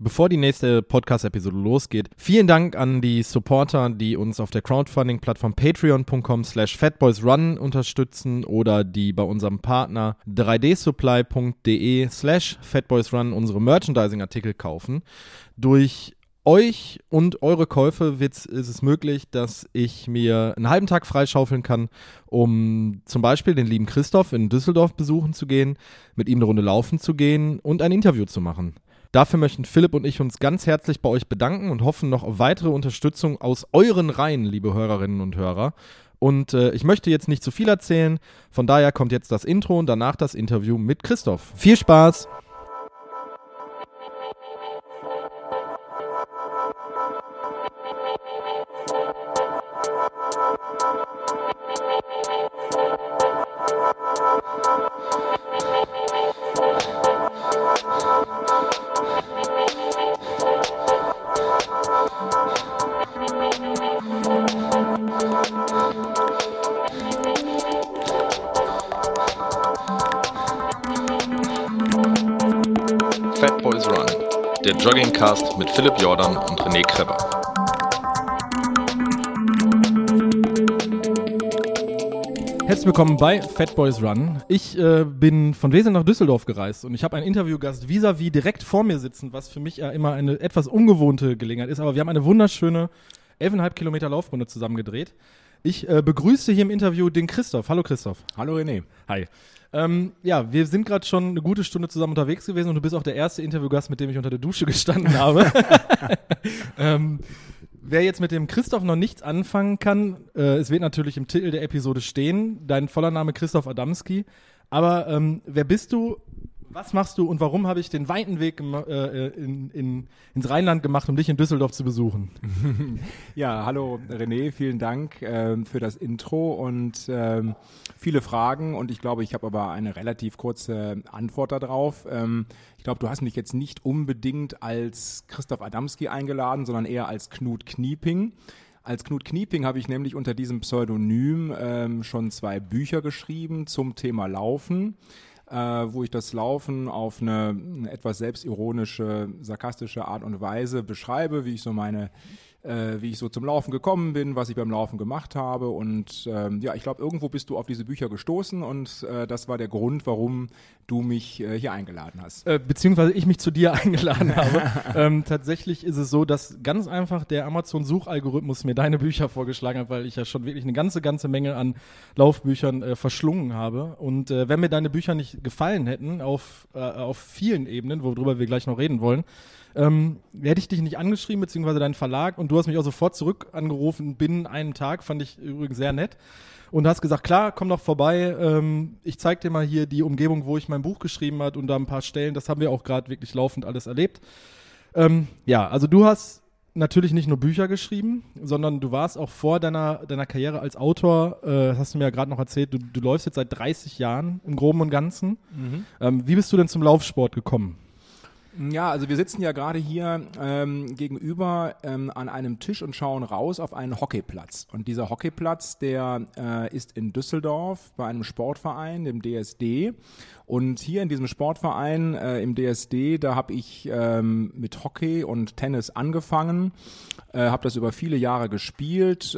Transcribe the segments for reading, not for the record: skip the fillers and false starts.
Bevor die nächste Podcast-Episode losgeht, vielen Dank an die Supporter, die uns auf der Crowdfunding-Plattform patreon.com/fatboysrun unterstützen oder die bei unserem Partner 3dsupply.de/fatboysrun unsere Merchandising-Artikel kaufen. Durch euch und eure Käufe ist es möglich, dass ich mir einen halben Tag freischaufeln kann, um zum Beispiel den lieben Christoph in Düsseldorf besuchen zu gehen, mit ihm eine Runde laufen zu gehen und ein Interview zu machen. Dafür möchten Philipp und ich uns ganz herzlich bei euch bedanken und hoffen noch auf weitere Unterstützung aus euren Reihen, liebe Hörerinnen und Hörer. Und ich möchte jetzt nicht zu viel erzählen, von daher kommt jetzt das Intro und danach das Interview mit Christoph. Viel Spaß! Fat Boys Run, der Joggingcast mit Philipp Jordan und René Kreber. Herzlich willkommen bei Fat Boys Run. Ich bin von Wesel nach Düsseldorf gereist und ich habe einen Interviewgast vis-à-vis direkt vor mir sitzen, was für mich ja immer eine etwas ungewohnte Gelegenheit ist, aber wir haben eine wunderschöne 11,5 Kilometer Laufrunde zusammen gedreht. Ich begrüße hier im Interview den Christoph. Hallo Christoph. Hallo René. Hi. Ja, wir sind gerade schon eine gute Stunde zusammen unterwegs gewesen und du bist auch der erste Interviewgast, mit dem ich unter der Dusche gestanden habe. Wer jetzt mit dem Christoph noch nichts anfangen kann, es wird natürlich im Titel der Episode stehen, dein voller Name Christoph Adamski, aber wer bist du, was machst du und warum habe ich den weiten Weg ins Rheinland gemacht, um dich in Düsseldorf zu besuchen? Ja, hallo René, vielen Dank für das Intro und viele Fragen und ich glaube, ich habe aber eine relativ kurze Antwort darauf. Ich glaube, du hast mich jetzt nicht unbedingt als Christoph Adamski eingeladen, sondern eher als Knut Knieping. Als Knut Knieping habe ich nämlich unter diesem Pseudonym schon 2 Bücher geschrieben zum Thema Laufen, wo ich das Laufen auf eine etwas selbstironische, sarkastische Art und Weise beschreibe, wie ich so zum Laufen gekommen bin, was ich beim Laufen gemacht habe und ja, ich glaube, irgendwo bist du auf diese Bücher gestoßen und das war der Grund, warum du mich hier eingeladen hast. Beziehungsweise ich mich zu dir eingeladen habe. Tatsächlich ist es so, dass ganz einfach der Amazon-Suchalgorithmus mir deine Bücher vorgeschlagen hat, weil ich ja schon wirklich eine ganze Menge an Laufbüchern verschlungen habe und wenn mir deine Bücher nicht gefallen hätten, auf vielen Ebenen, worüber wir gleich noch reden wollen, hätte ich dich nicht angeschrieben, beziehungsweise deinen Verlag und du hast mich auch sofort zurück angerufen, binnen einem Tag, fand ich übrigens sehr nett und hast gesagt, klar, komm doch vorbei, ich zeig dir mal hier die Umgebung, wo ich mein Buch geschrieben habe und da ein paar Stellen, das haben wir auch gerade wirklich laufend alles erlebt. Ja, also du hast natürlich nicht nur Bücher geschrieben, sondern du warst auch vor deiner Karriere als Autor, hast du mir ja gerade noch erzählt, du läufst jetzt seit 30 Jahren im Groben und Ganzen. Wie bist du denn zum Laufsport gekommen? Ja, also wir sitzen ja gerade hier gegenüber an einem Tisch und schauen raus auf einen Hockeyplatz. Und dieser Hockeyplatz, der ist in Düsseldorf bei einem Sportverein, dem DSD. Und hier in diesem Sportverein im DSD, da habe ich mit Hockey und Tennis angefangen, habe das über viele Jahre gespielt,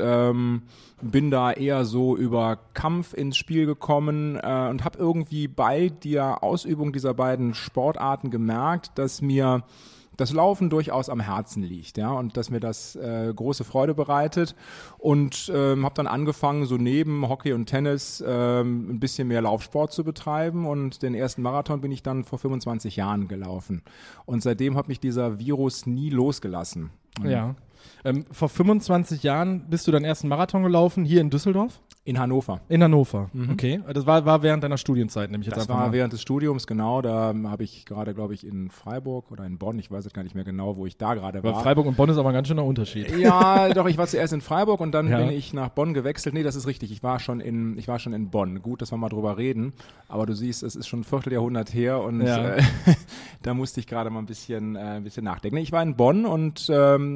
bin da eher so über Kampf ins Spiel gekommen und habe irgendwie bei der Ausübung dieser beiden Sportarten gemerkt, dass mir das Laufen durchaus am Herzen liegt, ja, und dass mir das große Freude bereitet und habe dann angefangen, so neben Hockey und Tennis ein bisschen mehr Laufsport zu betreiben und den ersten Marathon bin ich dann vor 25 Jahren gelaufen und seitdem hat mich dieser Virus nie losgelassen. Ja. Vor 25 Jahren bist du deinen ersten Marathon gelaufen, hier in Düsseldorf? In Hannover. In Hannover, okay. Das war während deiner Studienzeit, nämlich jetzt Das einfach war mal. während des Studiums, genau. Da habe ich gerade, glaube ich, in Freiburg oder in Bonn, ich weiß jetzt gar nicht mehr genau, wo ich da gerade war. Weil Freiburg und Bonn ist aber ein ganz schöner Unterschied. Ja, doch, ich war zuerst in Freiburg und dann Ja. bin ich nach Bonn gewechselt. Nee, das ist richtig, ich war schon in Bonn. Gut, dass wir mal drüber reden, aber du siehst, es ist schon ein Vierteljahrhundert her und Ja. da musste ich gerade mal ein bisschen nachdenken. Nee, ich war in Bonn und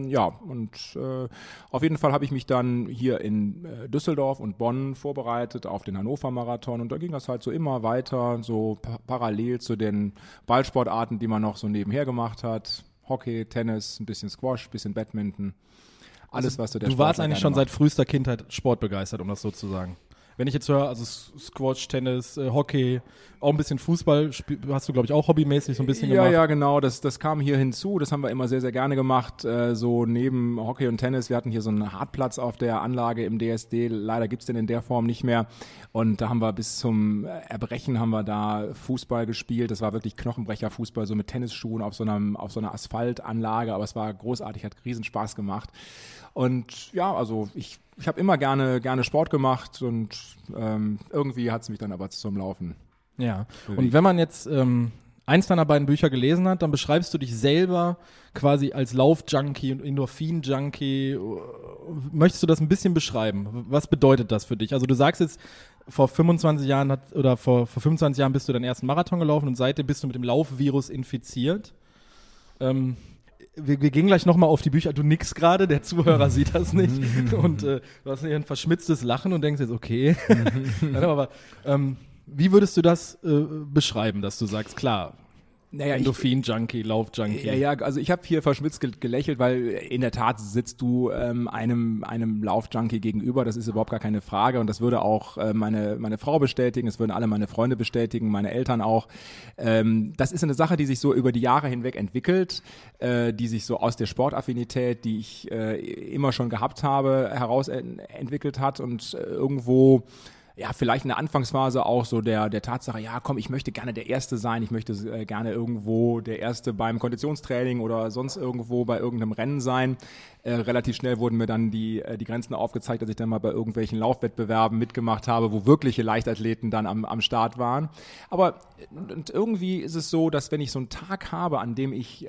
auf jeden Fall habe ich mich dann hier in Düsseldorf und Bonn vorbereitet auf den Hannover-Marathon und da ging das halt so immer weiter, so parallel zu den Ballsportarten, die man noch so nebenher gemacht hat. Hockey, Tennis, ein bisschen Squash, ein bisschen Badminton. Alles, was so der Du warst Sportler eigentlich gerne schon seit macht. frühester Kindheit sportbegeistert, um das so zu sagen. Wenn ich jetzt höre, also Squash, Tennis, Hockey, auch ein bisschen Fußball, hast du, glaube ich, auch hobbymäßig so ein bisschen gemacht. Ja, genau, das kam hier hinzu, das haben wir immer sehr, sehr gerne gemacht, so neben Hockey und Tennis. Wir hatten hier so einen Hartplatz auf der Anlage im DSD, leider gibt's den in der Form nicht mehr und da haben wir bis zum Erbrechen haben wir da Fußball gespielt, das war wirklich Knochenbrecher-Fußball, so mit Tennisschuhen auf so einer Asphaltanlage, aber es war großartig, hat riesen Spaß gemacht und ja, also ich habe immer gerne Sport gemacht und irgendwie hat's mich dann aber zum Laufen. Ja, und wenn man jetzt eins deiner beiden Bücher gelesen hat, dann beschreibst du dich selber quasi als Lauf-Junkie und Endorphin-Junkie. Möchtest du das ein bisschen beschreiben? Was bedeutet das für dich? Also du sagst jetzt, vor 25 Jahren vor 25 Jahren bist du deinen ersten Marathon gelaufen und seitdem bist du mit dem Laufvirus infiziert. Wir gehen gleich nochmal auf die Bücher. Du nickst gerade, der Zuhörer sieht das nicht. Und du hast hier ein verschmitztes Lachen und denkst jetzt, okay. Aber wie würdest du das beschreiben, dass du sagst, klar, Naja, Endorphin-Junkie, Lauf-Junkie. Ja, also ich habe hier verschmitzt gelächelt, weil in der Tat sitzt du einem Lauf-Junkie gegenüber, das ist überhaupt gar keine Frage und das würde auch meine Frau bestätigen, das würden alle meine Freunde bestätigen, meine Eltern auch. Das ist eine Sache, die sich so über die Jahre hinweg entwickelt, die sich so aus der Sportaffinität, die ich immer schon gehabt habe, heraus entwickelt hat und irgendwo ja, vielleicht in der Anfangsphase auch so der Tatsache, ja komm, ich möchte gerne der Erste sein, ich möchte gerne irgendwo der Erste beim Konditionstraining oder sonst irgendwo bei irgendeinem Rennen sein. Relativ schnell wurden mir dann die Grenzen aufgezeigt, als ich dann mal bei irgendwelchen Laufwettbewerben mitgemacht habe, wo wirkliche Leichtathleten dann am Start waren. Aber und irgendwie ist es so, dass wenn ich so einen Tag habe, an dem ich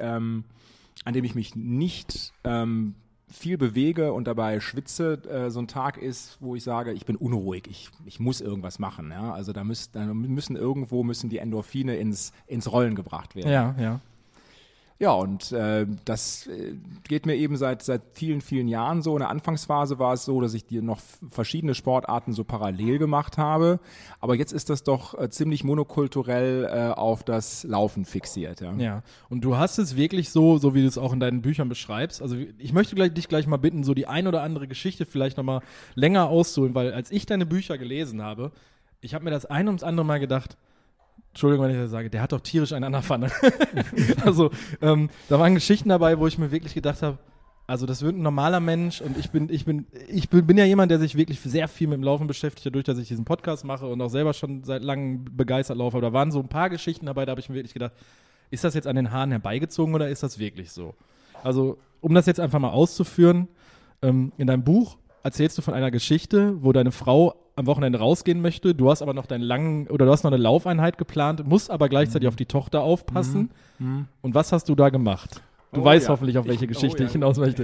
mich nicht viel bewege und dabei schwitze, so ein Tag ist, wo ich sage, ich bin unruhig, ich muss irgendwas machen. Ja? Also da müssen die Endorphine ins Rollen gebracht werden. Ja. Ja, und das geht mir eben seit vielen, vielen Jahren so. In der Anfangsphase war es so, dass ich dir noch verschiedene Sportarten so parallel gemacht habe. Aber jetzt ist das doch ziemlich monokulturell auf das Laufen fixiert. Ja, und du hast es wirklich so wie du es auch in deinen Büchern beschreibst. Also ich möchte dich gleich mal bitten, so die ein oder andere Geschichte vielleicht noch mal länger auszuholen, weil als ich deine Bücher gelesen habe, ich habe mir das ein ums andere Mal gedacht, Entschuldigung, wenn ich das sage, der hat doch tierisch einen an der Pfanne. Also, da waren Geschichten dabei, wo ich mir wirklich gedacht habe, also das wird ein normaler Mensch und ich bin ja jemand, der sich wirklich sehr viel mit dem Laufen beschäftigt, dadurch, dass ich diesen Podcast mache und auch selber schon seit langem begeistert laufe. Aber da waren so ein paar Geschichten dabei, da habe ich mir wirklich gedacht, ist das jetzt an den Haaren herbeigezogen oder ist das wirklich so? Also, um das jetzt einfach mal auszuführen, in deinem Buch erzählst du von einer Geschichte, wo deine Frau am Wochenende rausgehen möchte, du hast aber noch du hast noch eine Laufeinheit geplant, musst aber gleichzeitig auf die Tochter aufpassen. Und was hast du da gemacht? Du weißt hoffentlich, auf welche Geschichte ich hinaus möchte.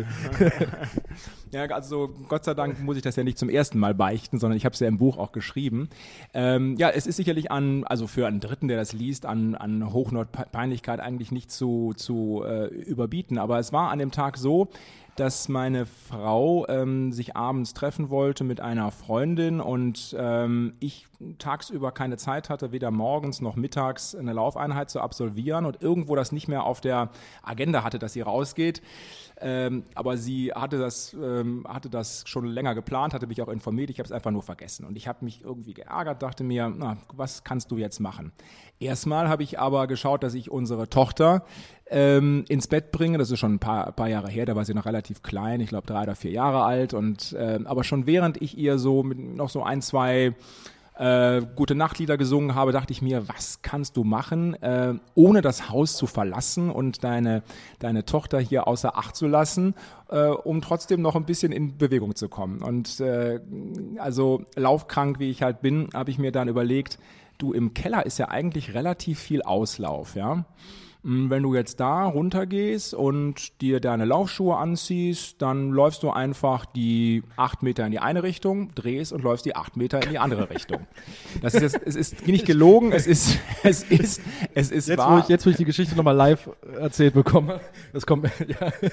Ja, also Gott sei Dank muss ich das ja nicht zum ersten Mal beichten, sondern ich habe es ja im Buch auch geschrieben. Ja, es ist sicherlich also für einen Dritten, der das liest, an Hochnotpeinlichkeit eigentlich nicht zu überbieten. Aber es war an dem Tag so, dass meine Frau sich abends treffen wollte mit einer Freundin und ich tagsüber keine Zeit hatte, weder morgens noch mittags eine Laufeinheit zu absolvieren und irgendwo das nicht mehr auf der Agenda hatte, dass sie rausgeht. Aber sie hatte das schon länger geplant, hatte mich auch informiert, ich habe es einfach nur vergessen. Und ich habe mich irgendwie geärgert, dachte mir, was kannst du jetzt machen? Erstmal habe ich aber geschaut, dass ich unsere Tochter ins Bett bringe. Das ist schon ein paar Jahre her, da war sie noch relativ klein, ich glaube 3 oder 4 Jahre alt. Aber schon während ich ihr so noch so 1, 2 gute Nachtlieder gesungen habe, dachte ich mir, was kannst du machen, ohne das Haus zu verlassen und deine Tochter hier außer Acht zu lassen, um trotzdem noch ein bisschen in Bewegung zu kommen. Und also laufkrank, wie ich halt bin, habe ich mir dann überlegt, du, im Keller ist ja eigentlich relativ viel Auslauf, ja. Wenn du jetzt da runtergehst und dir deine Laufschuhe anziehst, dann läufst du einfach die 8 Meter in die eine Richtung, drehst und läufst die 8 Meter in die andere Richtung. Es ist nicht gelogen, es ist jetzt, wahr. wo ich die Geschichte nochmal live erzählt bekomme, das kommt, ja.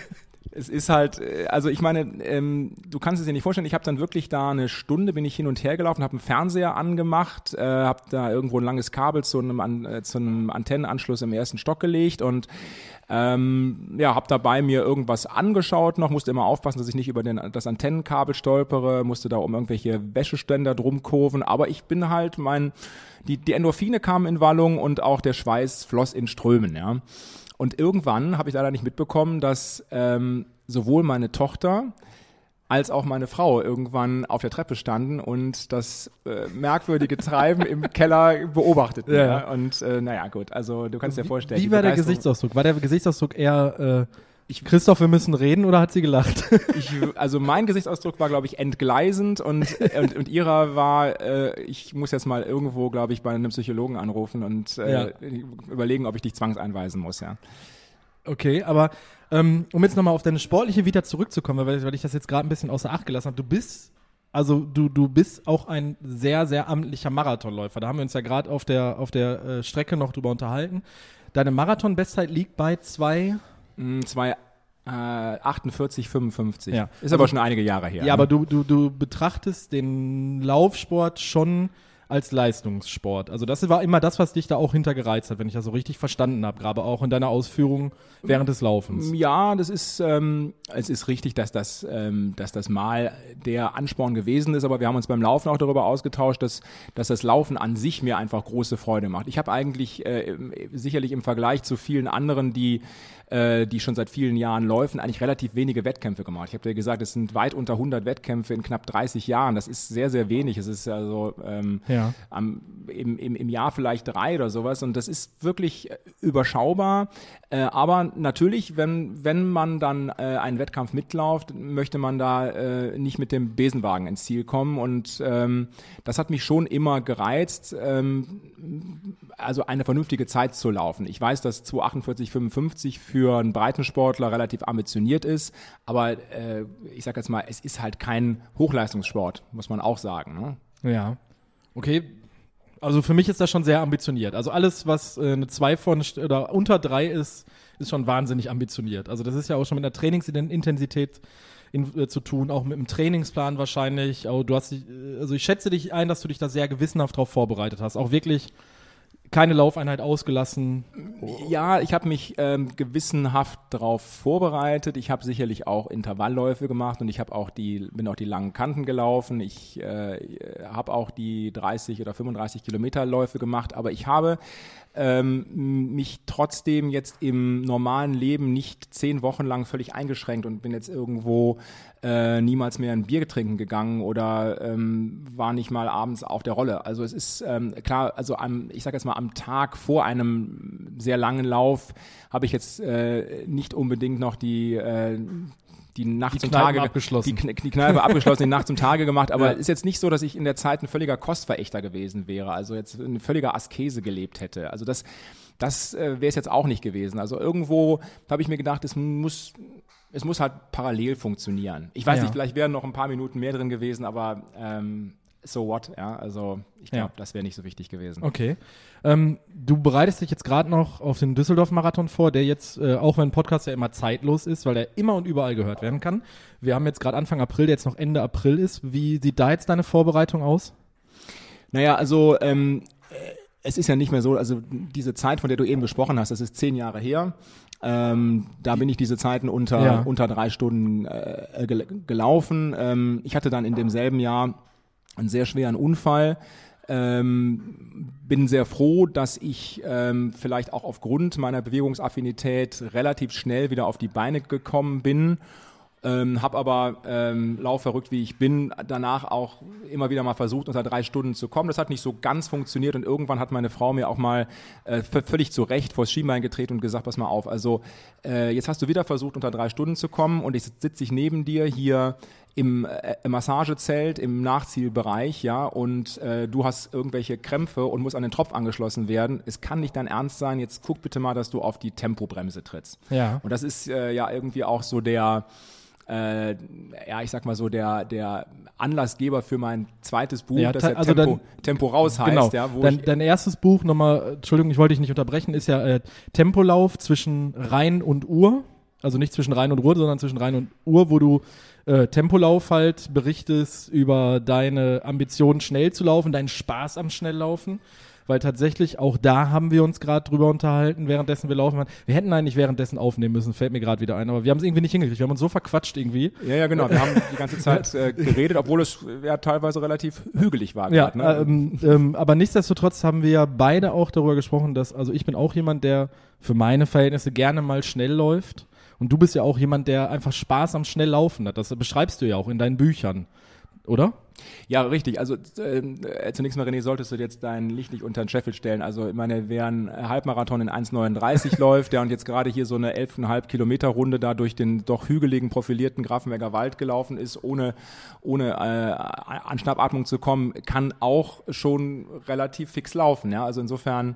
Es ist halt, also ich meine, du kannst es dir nicht vorstellen, ich habe dann wirklich da eine Stunde, bin ich hin und her gelaufen, habe einen Fernseher angemacht, habe da irgendwo ein langes Kabel zu einem Antennenanschluss im ersten Stock gelegt und habe dabei mir irgendwas angeschaut noch, musste immer aufpassen, dass ich nicht über das Antennenkabel stolpere, musste da um irgendwelche Wäscheständer drum kurven, aber ich bin halt die Endorphine kamen in Wallung und auch der Schweiß floss in Strömen, ja. Und irgendwann habe ich leider nicht mitbekommen, dass sowohl meine Tochter als auch meine Frau irgendwann auf der Treppe standen und das merkwürdige Treiben im Keller beobachteten. Ja. Und gut, also du kannst dir vorstellen. Wie war der Gesichtsausdruck? War der Gesichtsausdruck eher Christoph, wir müssen reden, oder hat sie gelacht? Also mein Gesichtsausdruck war, glaube ich, entgleisend und ihrer war, ich muss jetzt mal irgendwo, glaube ich, bei einem Psychologen anrufen und überlegen, ob ich dich zwangseinweisen muss, ja. Okay, aber um jetzt nochmal auf deine sportliche Vita zurückzukommen, weil ich das jetzt gerade ein bisschen außer Acht gelassen habe, du bist auch ein sehr, sehr amtlicher Marathonläufer. Da haben wir uns ja gerade auf der Strecke noch drüber unterhalten. Deine Marathon-Bestzeit liegt bei 2:48,55. Ja. Ist aber schon einige Jahre her. Ja, aber du betrachtest den Laufsport schon als Leistungssport. Also das war immer das, was dich da auch hintergereizt hat, wenn ich das so richtig verstanden habe, gerade auch in deiner Ausführung während des Laufens. Ja, es ist richtig, dass das mal der Ansporn gewesen ist, aber wir haben uns beim Laufen auch darüber ausgetauscht, dass das Laufen an sich mir einfach große Freude macht. Ich habe eigentlich sicherlich im Vergleich zu vielen anderen, die schon seit vielen Jahren laufen, eigentlich relativ wenige Wettkämpfe gemacht. Ich habe dir gesagt, es sind weit unter 100 Wettkämpfe in knapp 30 Jahren. Das ist sehr, sehr wenig. Es ist also im Jahr vielleicht 3 oder sowas und das ist wirklich überschaubar. Aber natürlich, wenn man dann einen Wettkampf mitläuft, möchte man da nicht mit dem Besenwagen ins Ziel kommen und das hat mich schon immer gereizt, also eine vernünftige Zeit zu laufen. Ich weiß, dass 2:48,55 für einen Breitensportler relativ ambitioniert ist, aber ich sage jetzt mal, es ist halt kein Hochleistungssport, muss man auch sagen. Ne? Ja, okay. Also für mich ist das schon sehr ambitioniert. Also alles, was eine 2 oder unter 3 ist schon wahnsinnig ambitioniert. Also das ist ja auch schon mit einer Trainingsintensität zu tun, auch mit einem Trainingsplan wahrscheinlich. Also ich schätze dich ein, dass du dich da sehr gewissenhaft drauf vorbereitet hast. Auch wirklich keine Laufeinheit ausgelassen. Ja, ich habe mich gewissenhaft darauf vorbereitet. Ich habe sicherlich auch Intervallläufe gemacht und ich habe bin auch die langen Kanten gelaufen. Ich habe auch die 30 oder 35 Kilometerläufe gemacht, aber ich habe mich trotzdem jetzt im normalen Leben nicht 10 Wochen lang völlig eingeschränkt und bin jetzt irgendwo niemals mehr ein Bier trinken gegangen oder war nicht mal abends auf der Rolle. Also es ist klar, also ich sage jetzt mal am Tag vor einem sehr langen Lauf habe ich jetzt nicht unbedingt noch die Nacht zum Tage abgeschlossen. Die Kneipe abgeschlossen, die Nacht zum Tage gemacht, aber es ist jetzt nicht so, dass ich in der Zeit ein völliger Kostverächter gewesen wäre, also jetzt eine völlige Askese gelebt hätte. Also das wäre es jetzt auch nicht gewesen. Also irgendwo habe ich mir gedacht, es muss halt parallel funktionieren. Ich weiß nicht, vielleicht wären noch ein paar Minuten mehr drin gewesen, aber so what, ja, also ich glaube, das wäre nicht so wichtig gewesen. Okay. Du bereitest dich jetzt gerade noch auf den Düsseldorf-Marathon vor, der jetzt, auch wenn ein Podcast ja immer zeitlos ist, weil der immer und überall gehört werden kann. Wir haben jetzt gerade Anfang April, der jetzt noch Ende April ist. Wie sieht da jetzt deine Vorbereitung aus? Naja, also es ist ja nicht mehr so, also diese Zeit, von der du eben gesprochen hast, das ist 10 Jahre her. Da bin ich diese Zeiten unter 3 Stunden gelaufen. Ich hatte dann in demselben Jahr einen sehr schweren Unfall. Bin sehr froh, dass ich vielleicht auch aufgrund meiner Bewegungsaffinität relativ schnell wieder auf die Beine gekommen bin. Habe aber laufverrückt wie ich bin, danach auch immer wieder mal versucht, unter 3 Stunden zu kommen. Das hat nicht so ganz funktioniert und irgendwann hat meine Frau mir auch mal völlig zu Recht vors Schienbein getreten und gesagt, pass mal auf, also jetzt hast du wieder versucht, unter 3 Stunden zu kommen und jetzt sitze ich neben dir hier im Massagezelt, im Nachzielbereich, ja, und du hast irgendwelche Krämpfe und musst an den Tropf angeschlossen werden. Es kann nicht dein Ernst sein, jetzt guck bitte mal, dass du auf die Tempobremse trittst. Ja. Und das ist ja irgendwie auch so der Anlassgeber für mein zweites Buch, das ja Tempo raus heißt. Genau, ja, dein erstes Buch, nochmal, Entschuldigung, ich wollte dich nicht unterbrechen, ist ja Tempolauf zwischen Rhein und Uhr. also nicht zwischen Rhein und Ruhr, sondern zwischen Rhein und Ruhr, wo du Tempolauf halt berichtest über deine Ambition, schnell zu laufen, deinen Spaß am Schnelllaufen. Weil tatsächlich, auch da haben wir uns gerade drüber unterhalten, währenddessen wir laufen waren. Wir hätten eigentlich währenddessen aufnehmen müssen, fällt mir gerade wieder ein, aber wir haben es irgendwie nicht hingekriegt. Wir haben uns so verquatscht irgendwie. Ja, genau. Wir haben die ganze Zeit geredet, obwohl es ja teilweise relativ hügelig war. Ja, grad, ne? Aber nichtsdestotrotz haben wir ja beide auch darüber gesprochen, dass, also ich bin auch jemand, der für meine Verhältnisse gerne mal schnell läuft. Und du bist ja auch jemand, der einfach Spaß am Schnelllaufen hat. Das beschreibst du ja auch in deinen Büchern, oder? Ja, richtig. Also zunächst mal, René, solltest du jetzt dein Licht nicht unter den Scheffel stellen. Also ich meine, wer einen Halbmarathon in 1,39 läuft, der und jetzt gerade hier so eine 11,5 Kilometer Runde da durch den doch hügeligen, profilierten Grafenberger Wald gelaufen ist, ohne an Schnappatmung zu kommen, kann auch schon relativ fix laufen. Ja? Also insofern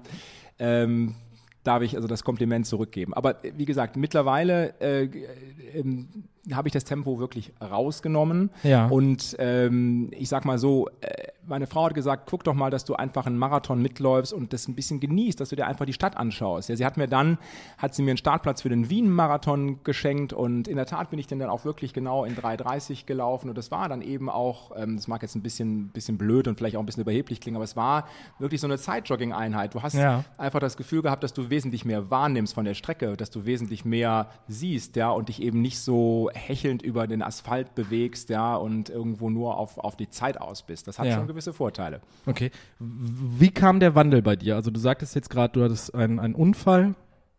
darf ich also das Kompliment zurückgeben. Aber wie gesagt, mittlerweile habe ich das Tempo wirklich rausgenommen. Ja. Und ich sag mal so, meine Frau hat gesagt, guck doch mal, dass du einfach einen Marathon mitläufst und das ein bisschen genießt, dass du dir einfach die Stadt anschaust. Ja, hat sie mir einen Startplatz für den Wien-Marathon geschenkt und in der Tat bin ich dann auch wirklich genau in 3,30 gelaufen und das war dann eben auch, das mag jetzt ein bisschen blöd und vielleicht auch ein bisschen überheblich klingen, aber es war wirklich so eine Zeitjogging-Einheit. Du hast einfach das Gefühl gehabt, dass du wesentlich mehr wahrnimmst von der Strecke, dass du wesentlich mehr siehst, ja, und dich eben nicht so hechelnd über den Asphalt bewegst, ja, und irgendwo nur auf die Zeit aus bist. Das hat schon gewisse Vorteile. Okay. Wie kam der Wandel bei dir? Also du sagtest jetzt gerade, du hattest einen Unfall.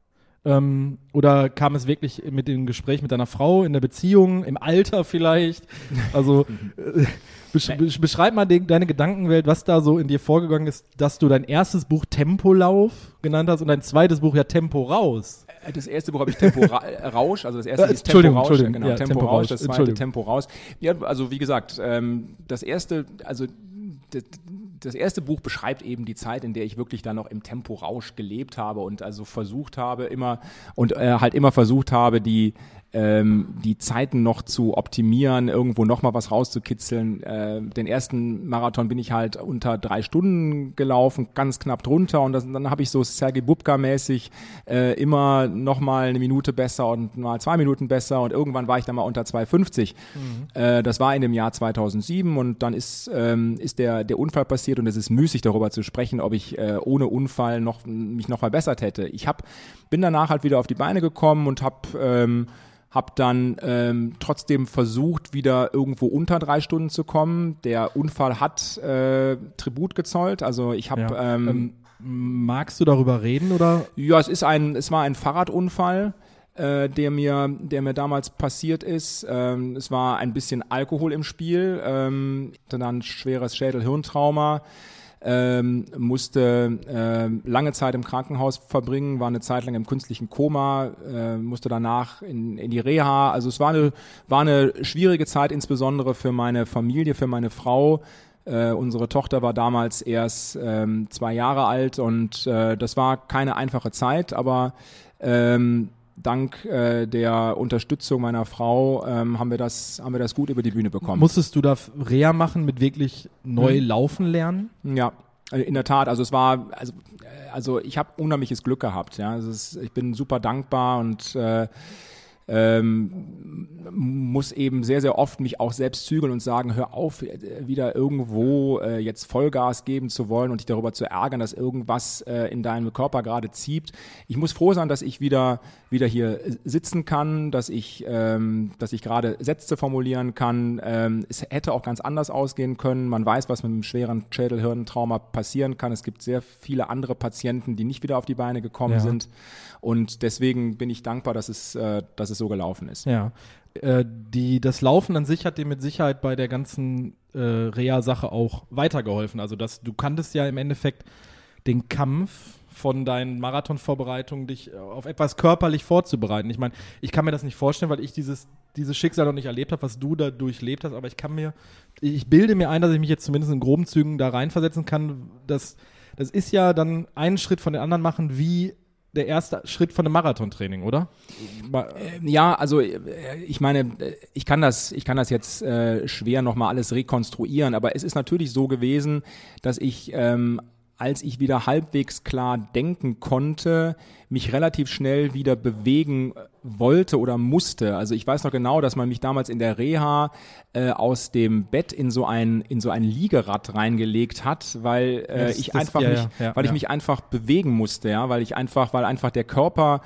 Oder kam es wirklich mit dem Gespräch mit deiner Frau, in der Beziehung, im Alter vielleicht? Also beschreib mal deine Gedankenwelt, was da so in dir vorgegangen ist, dass du dein erstes Buch Tempolauf genannt hast und dein zweites Buch ja Tempo raus. Das erste Buch habe ich Tempo Rausch, also das erste ist Tempo Rausch, genau, Tempo Rausch, das zweite Tempo Raus. Ja, also wie gesagt, das erste Buch beschreibt eben die Zeit, in der ich wirklich dann noch im Temporausch gelebt habe und also versucht habe, die Zeiten noch zu optimieren, irgendwo nochmal was rauszukitzeln. Den ersten Marathon bin ich halt unter 3 Stunden gelaufen, ganz knapp drunter und dann habe ich so Sergej Bubka-mäßig immer nochmal eine Minute besser und mal 2 Minuten besser und irgendwann war ich dann mal unter 2,50. Das war in dem Jahr 2007 und dann ist der Unfall passiert und es ist müßig darüber zu sprechen, ob ich ohne Unfall mich noch verbessert hätte. Bin danach halt wieder auf die Beine gekommen und habe dann trotzdem versucht, wieder irgendwo unter 3 Stunden zu kommen. Der Unfall hat Tribut gezollt. Also ich habe magst du darüber reden oder? Ja, es war ein Fahrradunfall, der mir damals passiert ist. Es war ein bisschen Alkohol im Spiel, dann ein schweres Schädel-Hirntrauma. Musste lange Zeit im Krankenhaus verbringen, war eine Zeit lang im künstlichen Koma, musste danach in die Reha. Also es war eine schwierige Zeit, insbesondere für meine Familie, für meine Frau. Unsere Tochter war damals erst 2 Jahre alt und das war keine einfache Zeit, aber dank der Unterstützung meiner Frau haben wir das gut über die Bühne bekommen. Musstest du da Reha machen mit wirklich neu laufen lernen? Ja, in der Tat. Also ich habe unheimliches Glück gehabt. Ja, ich bin super dankbar und muss eben sehr, sehr oft mich auch selbst zügeln und sagen, hör auf, wieder irgendwo jetzt Vollgas geben zu wollen und dich darüber zu ärgern, dass irgendwas in deinem Körper gerade zieht. Ich muss froh sein, dass ich wieder hier sitzen kann, dass ich gerade Sätze formulieren kann. Es hätte auch ganz anders ausgehen können. Man weiß, was mit einem schweren Schädel-Hirntrauma passieren kann. Es gibt sehr viele andere Patienten, die nicht wieder auf die Beine gekommen sind. Und deswegen bin ich dankbar, dass es so gelaufen ist. Ja, das Laufen an sich hat dir mit Sicherheit bei der ganzen Reha-Sache auch weitergeholfen. Also du kanntest ja im Endeffekt den Kampf von deinen Marathonvorbereitungen, dich auf etwas körperlich vorzubereiten. Ich meine, ich kann mir das nicht vorstellen, weil ich dieses Schicksal noch nicht erlebt habe, was du da durchlebt hast, aber ich bilde mir ein, dass ich mich jetzt zumindest in groben Zügen da reinversetzen kann. Das ist ja dann einen Schritt von den anderen machen, wie der erste Schritt von einem Marathontraining, oder? Ja, also ich meine, ich kann das jetzt schwer nochmal alles rekonstruieren, aber es ist natürlich so gewesen, dass ich als ich wieder halbwegs klar denken konnte, mich relativ schnell wieder bewegen wollte oder musste. Also ich weiß noch genau, dass man mich damals in der Reha aus dem Bett in so ein Liegerad reingelegt hat, weil ich mich einfach bewegen musste, ja, weil einfach der Körper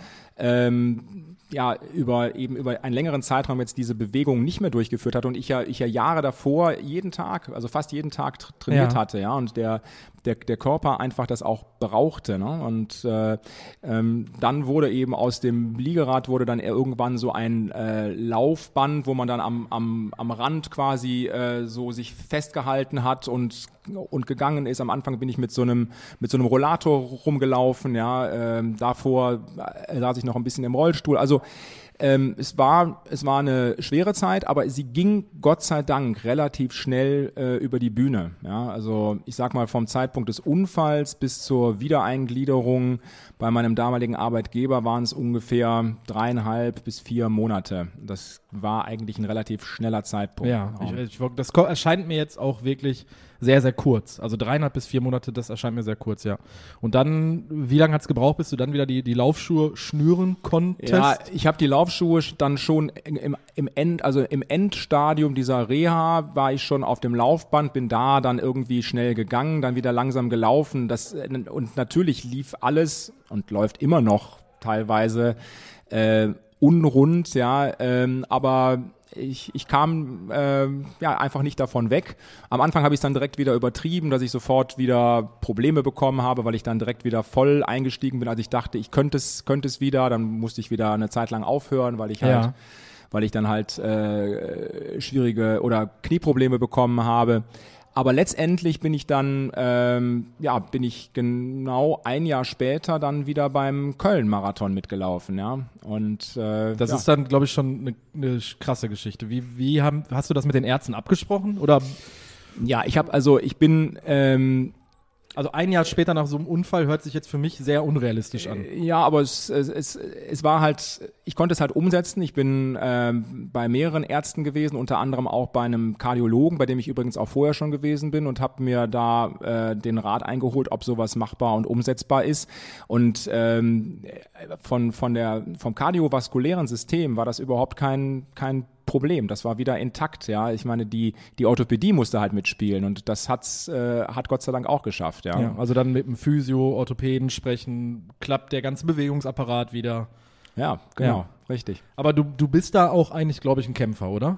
über einen längeren Zeitraum jetzt diese Bewegung nicht mehr durchgeführt hat und ich ja Jahre davor fast jeden Tag trainiert hatte, ja, und der Körper einfach das auch brauchte, ne? Und dann wurde eben aus dem Liegerad dann irgendwann so ein Laufband, wo man dann am Rand quasi so sich festgehalten hat und gegangen ist. Am Anfang bin ich mit so einem Rollator rumgelaufen, ja, davor saß ich noch ein bisschen im Rollstuhl. Also es war eine schwere Zeit, aber sie ging Gott sei Dank relativ schnell über die Bühne. Ja, also ich sag mal vom Zeitpunkt des Unfalls bis zur Wiedereingliederung bei meinem damaligen Arbeitgeber waren es ungefähr 3,5 bis 4 Monate. Das war eigentlich ein relativ schneller Zeitpunkt. Ja, das erscheint mir jetzt auch wirklich sehr, sehr kurz. Also 3,5 bis 4 Monate, das erscheint mir sehr kurz, ja. Und dann, wie lange hat es gebraucht, bis du dann wieder die Laufschuhe schnüren konntest? Ja, ich habe die Laufschuhe dann schon im Endstadium dieser Reha war ich schon auf dem Laufband, bin da dann irgendwie schnell gegangen, dann wieder langsam gelaufen. Und natürlich lief alles und läuft immer noch teilweise unrund, ja, aber ich kam einfach nicht davon weg. Am Anfang habe ich es dann direkt wieder übertrieben, dass ich sofort wieder Probleme bekommen habe, weil ich dann direkt wieder voll eingestiegen bin. Als ich dachte, ich könnte es wieder, dann musste ich wieder eine Zeit lang aufhören, weil ich dann halt schwierige oder Knieprobleme bekommen habe. Aber letztendlich bin ich dann, bin ich genau ein Jahr später dann wieder beim Köln-Marathon mitgelaufen, ja. Und das ist dann, glaube ich, schon eine krasse Geschichte. Hast du das mit den Ärzten abgesprochen? Oder? Ja, ich bin also ein Jahr später nach so einem Unfall hört sich jetzt für mich sehr unrealistisch an. Ja, aber es war halt, ich konnte es halt umsetzen. Ich bin bei mehreren Ärzten gewesen, unter anderem auch bei einem Kardiologen, bei dem ich übrigens auch vorher schon gewesen bin und habe mir da den Rat eingeholt, ob sowas machbar und umsetzbar ist. Und vom kardiovaskulären System war das überhaupt kein Problem. Das war wieder intakt, ja. Ich meine, die Orthopädie musste halt mitspielen und das hat Gott sei Dank auch geschafft, ja. Ja, also dann mit dem Physio, Orthopäden sprechen, klappt der ganze Bewegungsapparat wieder. Ja, genau, richtig. Aber du bist da auch eigentlich, glaube ich, ein Kämpfer, oder?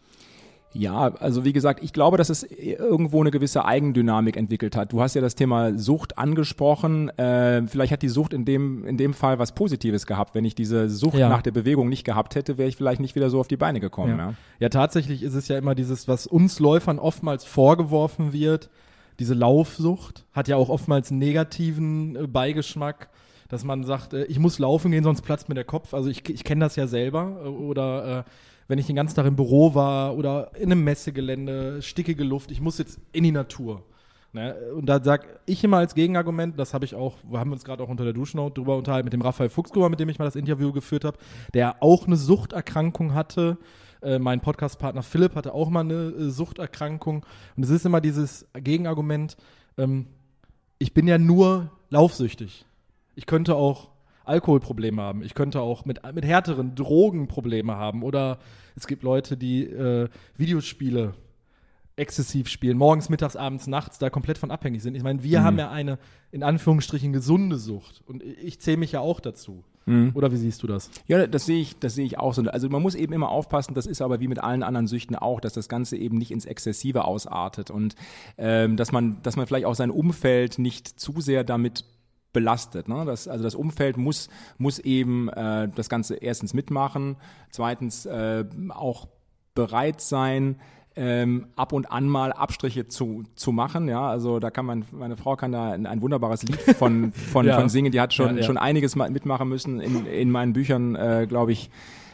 Ja, also wie gesagt, ich glaube, dass es irgendwo eine gewisse Eigendynamik entwickelt hat. Du hast ja das Thema Sucht angesprochen. Vielleicht hat die Sucht in dem Fall was Positives gehabt. Wenn ich diese Sucht nach der Bewegung nicht gehabt hätte, wäre ich vielleicht nicht wieder so auf die Beine gekommen. Ja, tatsächlich ist es ja immer dieses, was uns Läufern oftmals vorgeworfen wird. Diese Laufsucht hat ja auch oftmals einen negativen Beigeschmack, dass man sagt, ich muss laufen gehen, sonst platzt mir der Kopf. Also ich kenne das ja selber. Oder wenn ich den ganzen Tag im Büro war oder in einem Messegelände, stickige Luft, ich muss jetzt in die Natur. Ne? Und da sage ich immer als Gegenargument, wir haben uns gerade auch unter der Duschnote drüber unterhalten, mit dem Raphael Fuchsgruber, mit dem ich mal das Interview geführt habe, der auch eine Suchterkrankung hatte. Mein Podcastpartner Philipp hatte auch mal eine Suchterkrankung. Und es ist immer dieses Gegenargument, ich bin ja nur laufsüchtig. Ich könnte auch Alkoholprobleme haben. Ich könnte auch mit härteren Drogen Probleme haben. Oder es gibt Leute, die Videospiele exzessiv spielen, morgens, mittags, abends, nachts, da komplett von abhängig sind. Ich meine, wir haben ja eine, in Anführungsstrichen, gesunde Sucht. Und ich zähle mich ja auch dazu. Oder wie siehst du das? Ja, das sehe ich auch so. Also man muss eben immer aufpassen, das ist aber wie mit allen anderen Süchten auch, dass das Ganze eben nicht ins Exzessive ausartet und dass man vielleicht auch sein Umfeld nicht zu sehr damit belastet. Ne? Das Umfeld muss eben das Ganze erstens mitmachen, zweitens auch bereit sein, ab und an mal Abstriche zu machen, ja, also da kann meine Frau kann da ein wunderbares Lied von singen, die hat schon einiges mal mitmachen müssen, in meinen Büchern, glaube ich,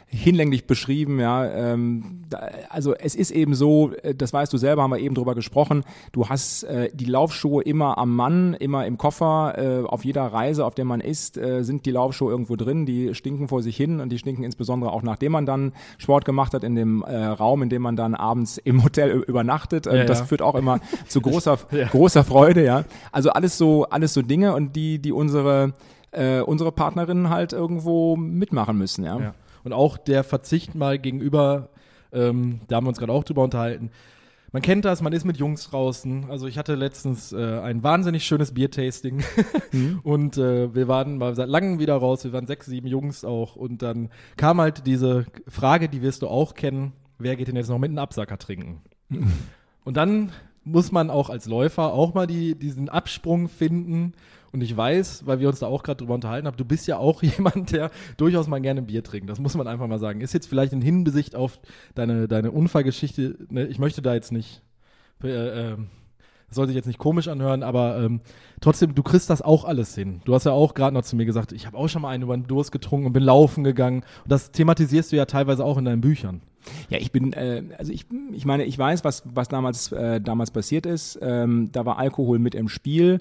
hinlänglich beschrieben, ja. Also es ist eben so, das weißt du selber, haben wir eben drüber gesprochen, du hast die Laufschuhe immer am Mann, immer im Koffer, auf jeder Reise, auf der man ist, sind die Laufschuhe irgendwo drin, die stinken vor sich hin und die stinken insbesondere auch, nachdem man dann Sport gemacht hat, in dem Raum, in dem man dann abends im Hotel übernachtet. Das führt auch immer zu großer Freude, ja. Also alles so Dinge, und die unsere Partnerinnen halt irgendwo mitmachen müssen, ja. Ja. Und auch der Verzicht mal gegenüber, da haben wir uns gerade auch drüber unterhalten. Man kennt das, man ist mit Jungs draußen. Also ich hatte letztens ein wahnsinnig schönes Biertasting und wir waren mal seit langem wieder raus. Wir waren 6, 7 Jungs auch, und dann kam halt diese Frage, die wirst du auch kennen: Wer geht denn jetzt noch mit einem Absacker trinken? Und dann muss man auch als Läufer auch mal diesen Absprung finden. Und ich weiß, weil wir uns da auch gerade drüber unterhalten haben, du bist ja auch jemand, der durchaus mal gerne Bier trinkt. Das muss man einfach mal sagen. Ist jetzt vielleicht in Hinsicht auf deine Unfallgeschichte, ne, ich möchte da jetzt nicht, das soll sich jetzt nicht komisch anhören, aber trotzdem, du kriegst das auch alles hin. Du hast ja auch gerade noch zu mir gesagt, ich habe auch schon mal einen über den Durst getrunken und bin laufen gegangen. Und das thematisierst du ja teilweise auch in deinen Büchern. Ja, ich bin, ich meine, ich weiß, was damals passiert ist. Da war Alkohol mit im Spiel.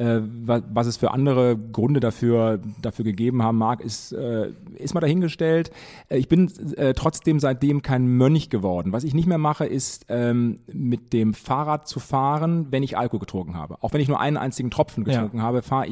Was es für andere Gründe dafür gegeben haben mag, ist mal dahingestellt. Ich bin trotzdem seitdem kein Mönch geworden. Was ich nicht mehr mache, ist mit dem Fahrrad zu fahren, wenn ich Alkohol getrunken habe. Auch wenn ich nur einen einzigen Tropfen getrunken habe, fahre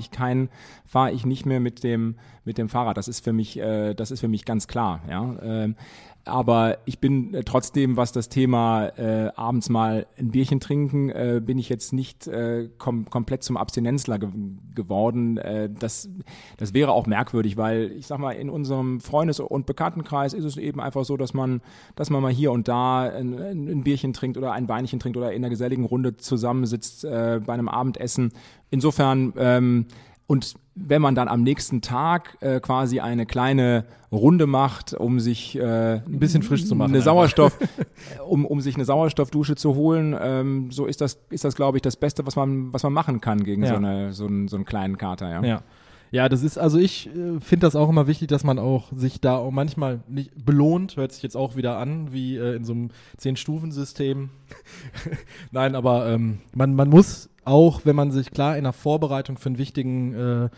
ich nicht mehr mit dem Fahrrad. Das ist für mich ganz klar, ja. Aber ich bin trotzdem, was das Thema abends mal ein Bierchen trinken, bin ich jetzt nicht komplett zum Abstinenzler geworden. Das wäre auch merkwürdig, weil ich sag mal, in unserem Freundes- und Bekanntenkreis ist es eben einfach so, dass man mal hier und da ein Bierchen trinkt oder ein Weinchen trinkt oder in einer geselligen Runde zusammensitzt bei einem Abendessen. Insofern und wenn man dann am nächsten Tag quasi eine kleine Runde macht, um sich ein bisschen frisch zu machen, um sich eine Sauerstoffdusche zu holen, so ist das, glaube ich, das Beste, was man machen kann gegen so einen kleinen Kater, ja. Ja, das ist, also ich finde das auch immer wichtig, dass man auch sich da auch manchmal nicht belohnt, hört sich jetzt auch wieder an, wie in so einem 10-Stufen-System. Nein, aber man muss auch, wenn man sich klar in der Vorbereitung für einen wichtigen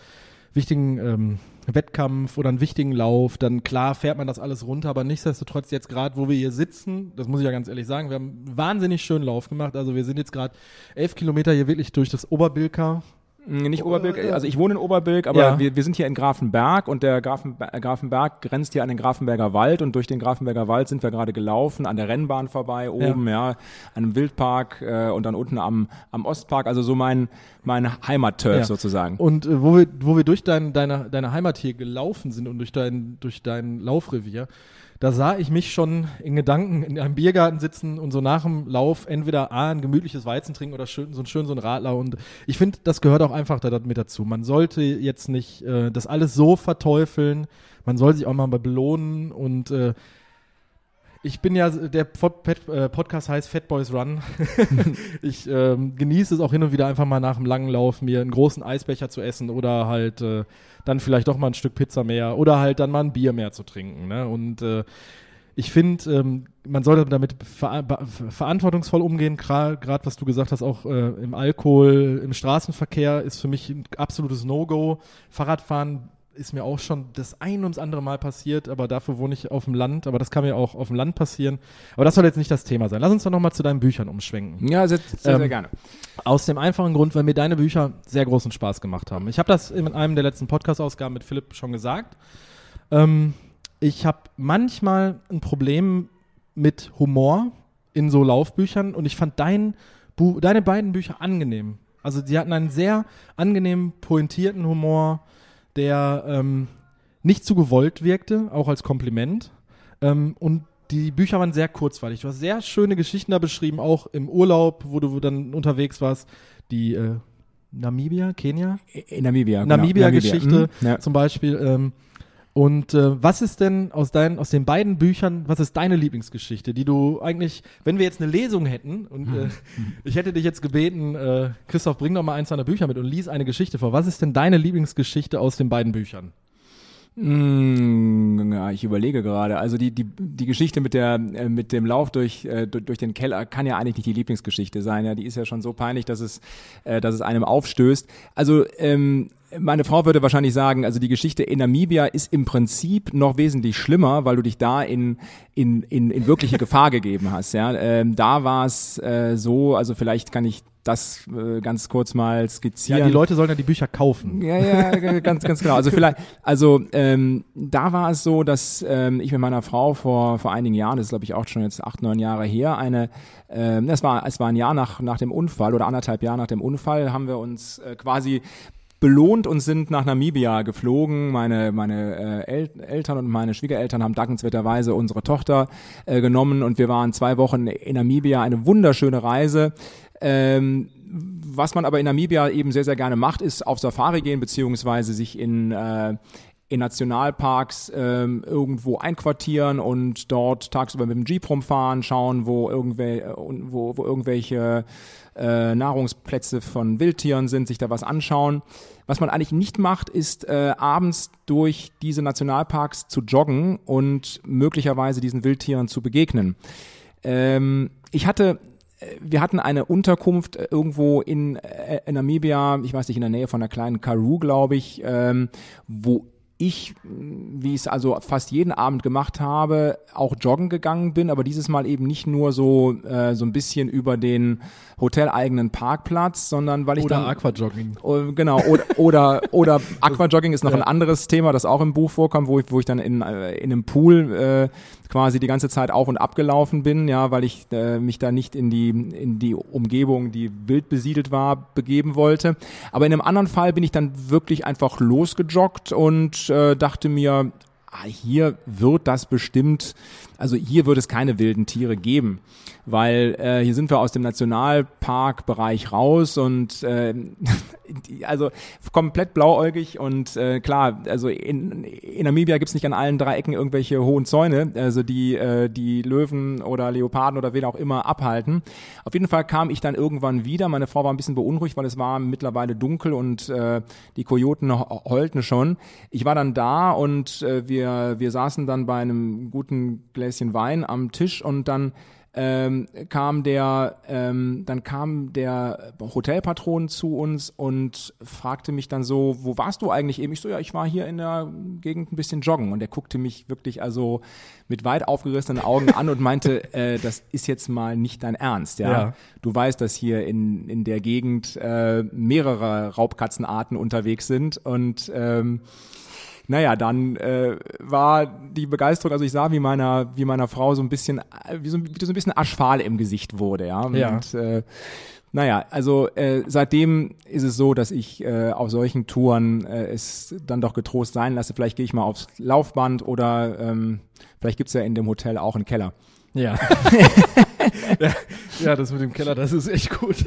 Wettkampf oder einen wichtigen Lauf, dann klar fährt man das alles runter, aber nichtsdestotrotz jetzt gerade, wo wir hier sitzen, das muss ich ja ganz ehrlich sagen, wir haben einen wahnsinnig schönen Lauf gemacht, also wir sind jetzt gerade 11 Kilometer hier wirklich durch das Oberbilker. Nicht Oberbilk, also ich wohne in Oberbilk, aber wir sind hier in Grafenberg und der Grafenberg grenzt hier an den Grafenberger Wald und durch den Grafenberger Wald sind wir gerade gelaufen, an der Rennbahn vorbei, oben, an einem Wildpark und dann unten am Ostpark, also so mein Heimatturf sozusagen. Und wo wir durch deine Heimat hier gelaufen sind und durch dein Laufrevier, da sah ich mich schon in Gedanken in einem Biergarten sitzen und so nach dem Lauf entweder ein gemütliches Weizen trinken oder so ein Radler. Und ich finde, das gehört auch einfach mit dazu. Man sollte jetzt nicht das alles so verteufeln. Man soll sich auch mal belohnen. Und ich bin ja, der Podcast heißt Fat Boys Run. Ich genieße es auch hin und wieder einfach mal nach einem langen Lauf mir einen großen Eisbecher zu essen oder halt dann vielleicht doch mal ein Stück Pizza mehr oder halt dann mal ein Bier mehr zu trinken. Ne? Und ich finde, man sollte damit verantwortungsvoll umgehen, gerade was du gesagt hast, auch im Alkohol, im Straßenverkehr ist für mich ein absolutes No-Go. Fahrradfahren ist mir auch schon das ein und das andere Mal passiert, aber dafür wohne ich auf dem Land, aber das kann mir auch auf dem Land passieren. Aber das soll jetzt nicht das Thema sein. Lass uns doch nochmal zu deinen Büchern umschwenken. Ja, sehr gerne. Aus dem einfachen Grund, weil mir deine Bücher sehr großen Spaß gemacht haben. Ich habe das in einem der letzten Podcast-Ausgaben mit Philipp schon gesagt. Ich habe manchmal ein Problem mit Humor in so Laufbüchern und ich fand deine beiden Bücher angenehm. Also sie hatten einen sehr angenehmen, pointierten Humor, der nicht zu gewollt wirkte, auch als Kompliment. Und die Bücher waren sehr kurzweilig. Du hast sehr schöne Geschichten da beschrieben, auch im Urlaub, wo du dann unterwegs warst. Die Kenia? Namibia-Geschichte zum Beispiel. Was ist denn aus den beiden Büchern, was ist deine Lieblingsgeschichte, die du eigentlich, wenn wir jetzt eine Lesung hätten und ich hätte dich jetzt gebeten, Christoph, bring doch mal eins deiner Bücher mit und lies eine Geschichte vor. Was ist denn deine Lieblingsgeschichte aus den beiden Büchern? Ja, ich überlege gerade. Also die Geschichte mit dem Lauf durch den Keller kann ja eigentlich nicht die Lieblingsgeschichte sein. Ja, die ist ja schon so peinlich, dass es einem aufstößt. Also meine Frau würde wahrscheinlich sagen, also die Geschichte in Namibia ist im Prinzip noch wesentlich schlimmer, weil du dich da in wirkliche Gefahr gegeben hast. Ja, da war es so. Also vielleicht kann ich das ganz kurz mal skizzieren. Ja, die Leute sollen ja die Bücher kaufen. Ja, ganz genau. Da war es so, dass ich mit meiner Frau vor einigen Jahren, das ist glaube ich auch schon jetzt 8, 9 Jahre her, es war ein Jahr nach dem Unfall oder 1,5 Jahre nach dem Unfall, haben wir uns quasi belohnt und sind nach Namibia geflogen. Meine Eltern und meine Schwiegereltern haben dankenswerterweise unsere Tochter genommen und wir waren 2 Wochen in Namibia, eine wunderschöne Reise. Was man aber in Namibia eben sehr, sehr gerne macht, ist auf Safari gehen, beziehungsweise sich in Nationalparks irgendwo einquartieren und dort tagsüber mit dem Jeep rumfahren, schauen, wo irgendwelche Nahrungsplätze von Wildtieren sind, sich da was anschauen. Was man eigentlich nicht macht, ist abends durch diese Nationalparks zu joggen und möglicherweise diesen Wildtieren zu begegnen. Wir hatten eine Unterkunft irgendwo in Namibia, ich weiß nicht, in der Nähe von einer kleinen Karoo, glaube ich, wo ich, wie ich es also fast jeden Abend gemacht habe, auch joggen gegangen bin, aber dieses Mal eben nicht nur so ein bisschen über den hoteleigenen Parkplatz, sondern weil ich oder Aquajogging. Genau, oder Aquajogging ist noch ein anderes Thema, das auch im Buch vorkommt, wo ich dann in einem Pool quasi die ganze Zeit auf und ab gelaufen bin, ja, weil ich mich da nicht in die Umgebung, die wild besiedelt war, begeben wollte. Aber in einem anderen Fall bin ich dann wirklich einfach losgejoggt und dachte mir, hier wird es keine wilden Tiere geben, weil hier sind wir aus dem Nationalparkbereich raus und also komplett blauäugig und klar, also in Namibia gibt's nicht an allen 3 Ecken irgendwelche hohen Zäune, also die Löwen oder Leoparden oder wen auch immer abhalten. Auf jeden Fall kam ich dann irgendwann wieder, meine Frau war ein bisschen beunruhigt, weil es war mittlerweile dunkel und die Kojoten heulten schon. Ich war dann da und wir saßen dann bei einem guten Gläschen Wein am Tisch und dann kam der Hotelpatron zu uns und fragte mich dann so, wo warst du eigentlich eben? Ich so, ja, ich war hier in der Gegend ein bisschen joggen und er guckte mich wirklich also mit weit aufgerissenen Augen an und meinte, das ist jetzt mal nicht dein Ernst, ja? Du weißt, dass hier in der Gegend mehrere Raubkatzenarten unterwegs sind und naja, dann war die Begeisterung, also ich sah, wie meiner Frau so ein bisschen aschfahl im Gesicht wurde, ja. Und naja, also seitdem ist es so, dass ich auf solchen Touren es dann doch getrost sein lasse. Vielleicht gehe ich mal aufs Laufband oder vielleicht gibt's ja in dem Hotel auch einen Keller. Ja. Ja, das mit dem Keller, das ist echt gut.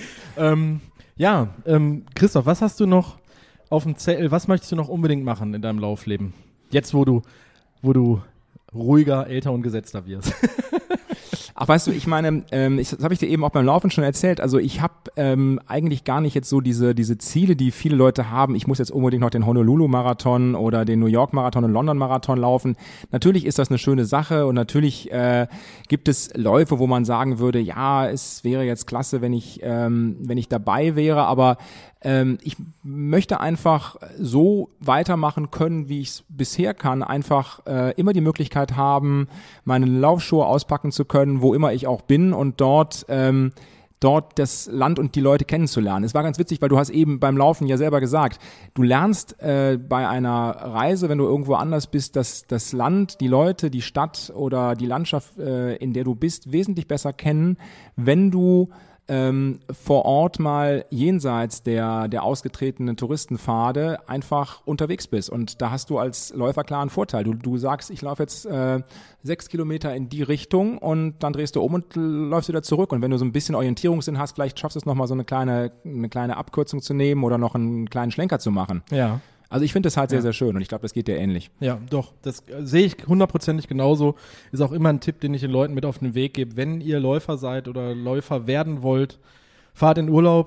Christoph, was hast du noch auf dem Zettel, was möchtest du noch unbedingt machen in deinem Laufleben? Jetzt, wo du ruhiger, älter und gesetzter wirst. Ach, weißt du, ich meine, das habe ich dir eben auch beim Laufen schon erzählt, also ich habe eigentlich gar nicht jetzt so diese Ziele, die viele Leute haben, ich muss jetzt unbedingt noch den Honolulu-Marathon oder den New York-Marathon und London-Marathon laufen. Natürlich ist das eine schöne Sache und natürlich gibt es Läufe, wo man sagen würde, ja, es wäre jetzt klasse, wenn ich dabei wäre, aber ich möchte einfach so weitermachen können, wie ich es bisher kann, einfach immer die Möglichkeit haben, meine Laufschuhe auspacken zu können, wo immer ich auch bin und dort das Land und die Leute kennenzulernen. Es war ganz witzig, weil du hast eben beim Laufen ja selber gesagt, du lernst bei einer Reise, wenn du irgendwo anders bist, das Land, die Leute, die Stadt oder die Landschaft, in der du bist, wesentlich besser kennen, wenn du vor Ort mal jenseits der ausgetretenen Touristenpfade einfach unterwegs bist. Und da hast du als Läufer klar einen Vorteil. Du sagst, ich laufe jetzt 6 Kilometer in die Richtung und dann drehst du um und läufst wieder zurück. Und wenn du so ein bisschen Orientierungssinn hast, vielleicht schaffst du es nochmal so eine kleine Abkürzung zu nehmen oder noch einen kleinen Schlenker zu machen. Ja. Also ich finde das halt sehr, sehr schön und ich glaube, das geht dir ähnlich. Ja, doch, das sehe ich 100%ig genauso. Ist auch immer ein Tipp, den ich den Leuten mit auf den Weg gebe. Wenn ihr Läufer seid oder Läufer werden wollt, fahrt in Urlaub,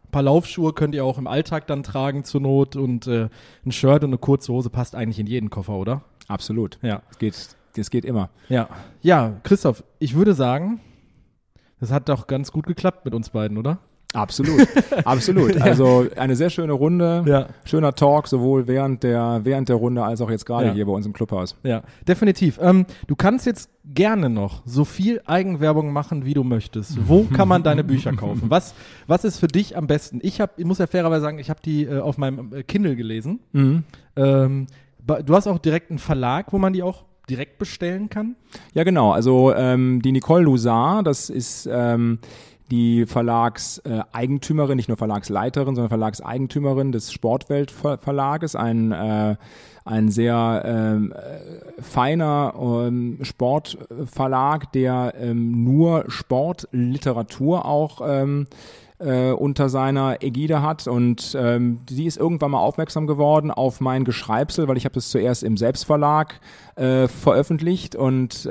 Ein paar Laufschuhe könnt ihr auch im Alltag dann tragen zur Not und ein Shirt und eine kurze Hose passt eigentlich in jeden Koffer, oder? Absolut. Ja. Das geht immer. Ja. Ja, Christoph, ich würde sagen, das hat doch ganz gut geklappt mit uns beiden, oder? Absolut, absolut. Also eine sehr schöne Runde, schöner Talk, sowohl während der Runde als auch jetzt gerade hier bei uns im Clubhaus. Ja, definitiv. Du kannst jetzt gerne noch so viel Eigenwerbung machen, wie du möchtest. Wo kann man deine Bücher kaufen? Was ist für dich am besten? Ich muss ja fairerweise sagen, ich habe die auf meinem Kindle gelesen. Du hast auch direkt einen Verlag, wo man die auch direkt bestellen kann? Ja, genau. Also die Nicole Luzar, das ist die Verlagseigentümerin, nicht nur Verlagsleiterin, sondern Verlagseigentümerin des Sportwelt-Verlages, ein sehr feiner Sportverlag, der nur Sportliteratur auch unter seiner Ägide hat, und sie ist irgendwann mal aufmerksam geworden auf mein Geschreibsel, weil ich habe das zuerst im Selbstverlag veröffentlicht und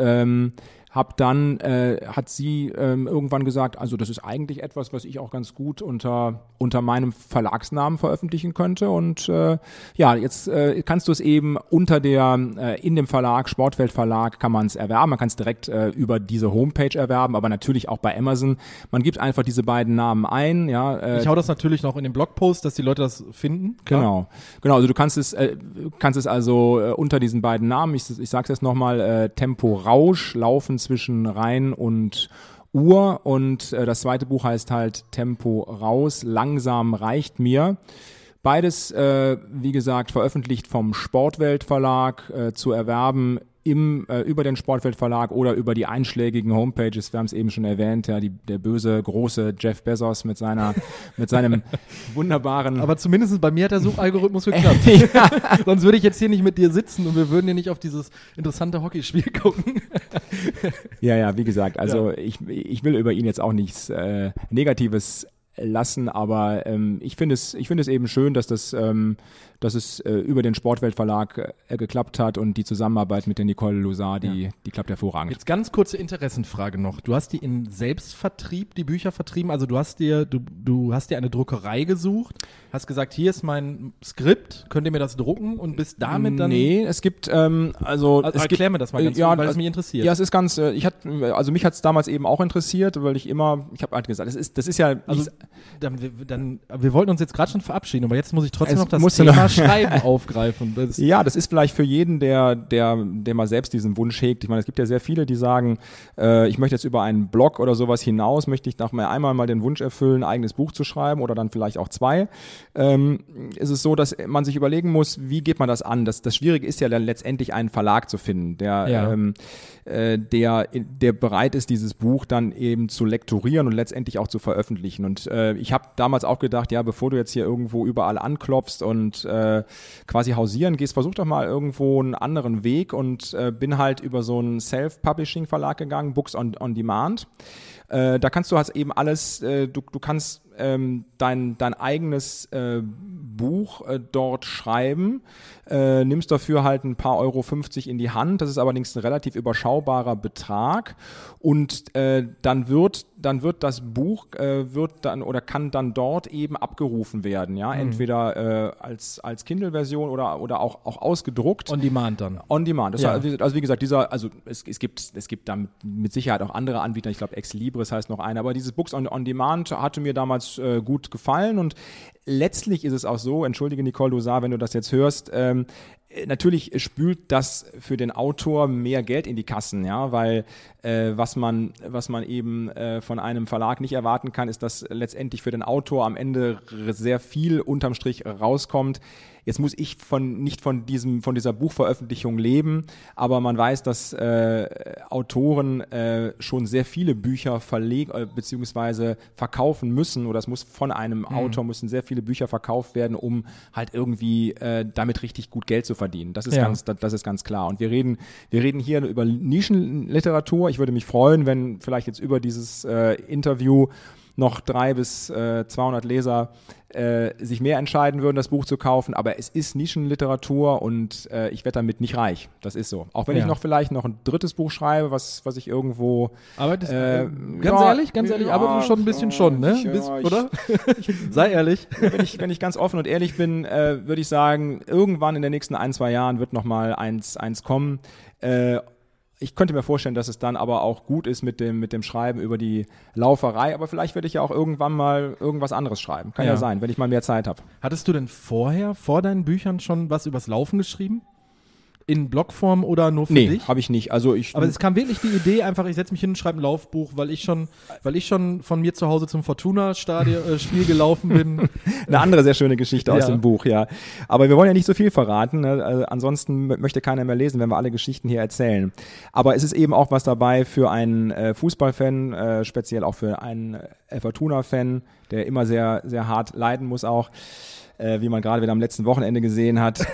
hat sie irgendwann gesagt, also das ist eigentlich etwas, was ich auch ganz gut unter meinem Verlagsnamen veröffentlichen könnte, und jetzt kannst du es eben in dem Verlag, Sportwelt Verlag, kann man es erwerben, man kann es direkt über diese Homepage erwerben, aber natürlich auch bei Amazon. Man gibt einfach diese beiden Namen ein. Ich hau das natürlich noch in den Blogpost, dass die Leute das finden. Genau, also du kannst es also unter diesen beiden Namen, ich sag's jetzt nochmal, Tempo Rausch, Laufen zwischen Rhein und Uhr, und das zweite Buch heißt halt Tempo raus, langsam reicht mir. Beides, wie gesagt, veröffentlicht vom Sportwelt Verlag, zu erwerben über den Sportwelt Verlag oder über die einschlägigen Homepages. Wir haben es eben schon erwähnt, ja, der böse, große Jeff Bezos mit seinem wunderbaren... Aber zumindest bei mir hat der Suchalgorithmus geklappt. Sonst würde ich jetzt hier nicht mit dir sitzen und wir würden hier nicht auf dieses interessante Hockeyspiel gucken. Ja, wie gesagt, also ich will über ihn jetzt auch nichts Negatives lassen, aber ich finde es eben schön, dass es über den Sportwelt-Verlag geklappt hat, und die Zusammenarbeit mit der Nicole Luzar, die klappt hervorragend. Jetzt ganz kurze Interessenfrage noch. Du hast die in Selbstvertrieb, die Bücher vertrieben, also du hast dir eine Druckerei gesucht, hast gesagt, hier ist mein Skript, könnt ihr mir das drucken, und bist damit dann... Nee, es gibt, erklär mir das mal ganz kurz, weil es mich interessiert. Ja, es ist ganz, mich hat es damals eben auch interessiert, weil ich habe halt gesagt, das ist ja... Also, wir wollten uns jetzt gerade schon verabschieden, aber jetzt muss ich trotzdem noch das Thema Schreiben aufgreifen. Das ist vielleicht für jeden, der mal selbst diesen Wunsch hegt. Ich meine, es gibt ja sehr viele, die sagen, ich möchte jetzt über einen Blog oder sowas hinaus, möchte ich einmal mal den Wunsch erfüllen, ein eigenes Buch zu schreiben oder dann vielleicht auch 2. Ist es so, dass man sich überlegen muss, wie geht man das an? Das Schwierige ist ja dann letztendlich einen Verlag zu finden, der bereit ist, dieses Buch dann eben zu lektorieren und letztendlich auch zu veröffentlichen. Und ich habe damals auch gedacht, ja, bevor du jetzt hier irgendwo überall anklopfst und quasi hausieren gehst, versuch doch mal irgendwo einen anderen Weg, und bin halt über so einen Self-Publishing-Verlag gegangen, Books on Demand. Da kannst du halt eben alles, du kannst dein eigenes Buch dort schreiben, nimmst dafür halt ein paar Euro 50 in die Hand, das ist allerdings ein relativ überschaubarer Betrag, und dann wird das Buch kann dann dort eben abgerufen werden, ja, entweder als Kindle-Version oder auch ausgedruckt. On Demand dann. On Demand. Also wie gesagt, es gibt da mit Sicherheit auch andere Anbieter, ich glaube Ex Libris heißt noch einer, aber dieses Books on Demand hatte mir damals gut gefallen, und letztlich ist es auch so, entschuldige Nicole Luzar, wenn du das jetzt hörst, natürlich spült das für den Autor mehr Geld in die Kassen, ja, weil was man eben von einem Verlag nicht erwarten kann, ist, dass letztendlich für den Autor am Ende sehr viel unterm Strich rauskommt. Jetzt muss ich nicht von dieser Buchveröffentlichung leben, aber man weiß, dass Autoren schon sehr viele Bücher beziehungsweise verkaufen müssen, oder es muss von einem Autor müssen sehr viele Bücher verkauft werden, um halt irgendwie damit richtig gut Geld zu verdienen. Das ist ganz klar. Und wir reden hier über Nischenliteratur. Ich würde mich freuen, wenn vielleicht jetzt über dieses Interview noch 300 bis 200 Leser sich mehr entscheiden würden, das Buch zu kaufen, aber es ist Nischenliteratur und ich werde damit nicht reich. Das ist so. Auch wenn ich vielleicht noch ein drittes Buch schreibe, was ich irgendwo... Aber das, ganz ehrlich, aber du schon ein bisschen schon, ne? Oder? Sei ehrlich. Wenn ich ganz offen und ehrlich bin, würde ich sagen, irgendwann in den nächsten 1-2 Jahren wird nochmal eins kommen. Ich könnte mir vorstellen, dass es dann aber auch gut ist mit dem Schreiben über die Lauferei, aber vielleicht werde ich ja auch irgendwann mal irgendwas anderes schreiben. Kann ja sein, wenn ich mal mehr Zeit habe. Hattest du denn vor deinen Büchern schon was übers Laufen geschrieben? In Blogform oder nur für dich? Nee, habe ich nicht. Aber es kam wirklich die Idee, einfach ich setze mich hin und schreibe ein Laufbuch, weil ich schon von mir zu Hause zum Fortuna-Spiel gelaufen bin. Eine andere sehr schöne Geschichte aus dem Buch, ja. Aber wir wollen ja nicht so viel verraten, ne? Also ansonsten möchte keiner mehr lesen, wenn wir alle Geschichten hier erzählen. Aber es ist eben auch was dabei für einen Fußballfan, speziell auch für einen Fortuna-Fan, der immer sehr, sehr hart leiden muss auch, wie man gerade wieder am letzten Wochenende gesehen hat.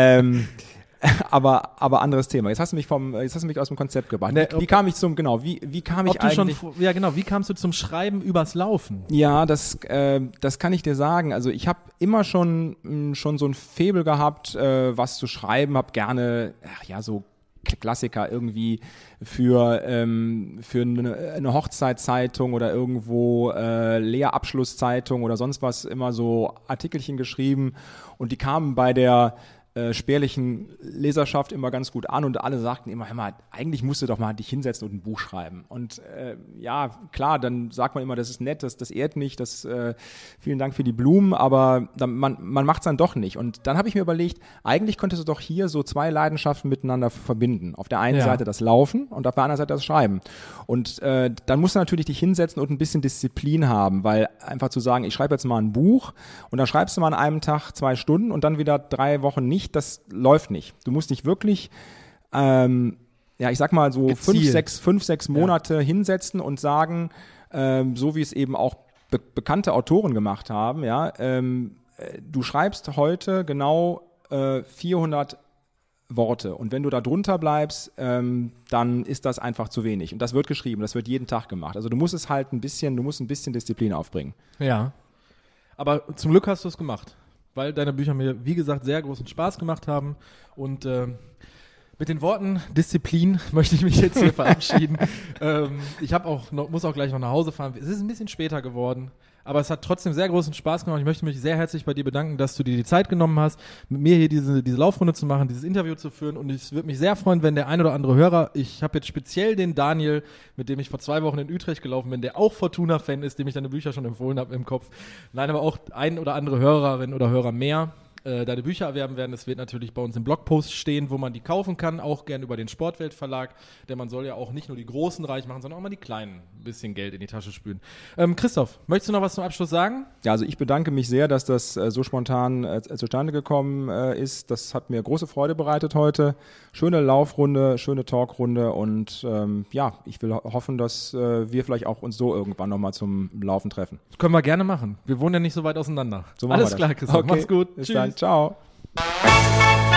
Aber anderes Thema. Jetzt hast du mich aus dem Konzept gebracht. Wie kam ich wie kamst du zum Schreiben übers Laufen? Ja, das kann ich dir sagen. Also ich habe immer schon so ein Faible gehabt, was zu schreiben, habe gerne, so Klassiker irgendwie für eine Hochzeitszeitung oder irgendwo Lehrabschlusszeitung oder sonst was immer so Artikelchen geschrieben und die kamen bei der spärlichen Leserschaft immer ganz gut an und alle sagten immer, hör mal, eigentlich musst du doch mal dich hinsetzen und ein Buch schreiben. Und klar, dann sagt man immer, das ist nett, das ehrt mich, vielen Dank für die Blumen, aber man macht es dann doch nicht. Und dann habe ich mir überlegt, eigentlich könntest du doch hier so zwei Leidenschaften miteinander verbinden. Auf der einen Seite das Laufen und auf der anderen Seite das Schreiben. Und dann musst du natürlich dich hinsetzen und ein bisschen Disziplin haben, weil einfach zu sagen, ich schreibe jetzt mal ein Buch und dann schreibst du mal an einem Tag 2 Stunden und dann wieder 3 Wochen nicht, das läuft nicht. Du musst dich wirklich, ich sag mal so 5, 6 Monate hinsetzen und sagen, so wie es eben auch bekannte Autoren gemacht haben, du schreibst heute genau 400 Worte und wenn du da drunter bleibst, dann ist das einfach zu wenig. Und das wird geschrieben, das wird jeden Tag gemacht. Also du musst ein bisschen Disziplin aufbringen. Ja, aber zum Glück hast du es gemacht. Weil deine Bücher mir, wie gesagt, sehr großen Spaß gemacht haben. Und mit den Worten Disziplin möchte ich mich jetzt hier verabschieden. Ich muss auch gleich noch nach Hause fahren. Es ist ein bisschen später geworden, aber es hat trotzdem sehr großen Spaß gemacht. Ich möchte mich sehr herzlich bei dir bedanken, dass du dir die Zeit genommen hast, mit mir hier diese Laufrunde zu machen, dieses Interview zu führen. Und es würde mich sehr freuen, wenn der ein oder andere Hörer, ich habe jetzt speziell den Daniel, mit dem ich vor 2 Wochen in Utrecht gelaufen bin, der auch Fortuna-Fan ist, dem ich deine Bücher schon empfohlen habe im Kopf. Nein, aber auch ein oder andere Hörerin oder Hörer mehr deine Bücher erwerben werden. Das wird natürlich bei uns im Blogpost stehen, wo man die kaufen kann, auch gern über den Sportwelt-Verlag, denn man soll ja auch nicht nur die Großen reich machen, sondern auch mal die Kleinen ein bisschen Geld in die Tasche spülen. Christoph, möchtest du noch was zum Abschluss sagen? Ja, also ich bedanke mich sehr, dass das so spontan zustande gekommen ist. Das hat mir große Freude bereitet heute. Schöne Laufrunde, schöne Talkrunde und ich will hoffen, dass wir vielleicht auch uns so irgendwann nochmal zum Laufen treffen. Das können wir gerne machen. Wir wohnen ja nicht so weit auseinander. So Alles klar, Christoph. Okay. Mach's gut. Bis Tschüss. dann. Ciao.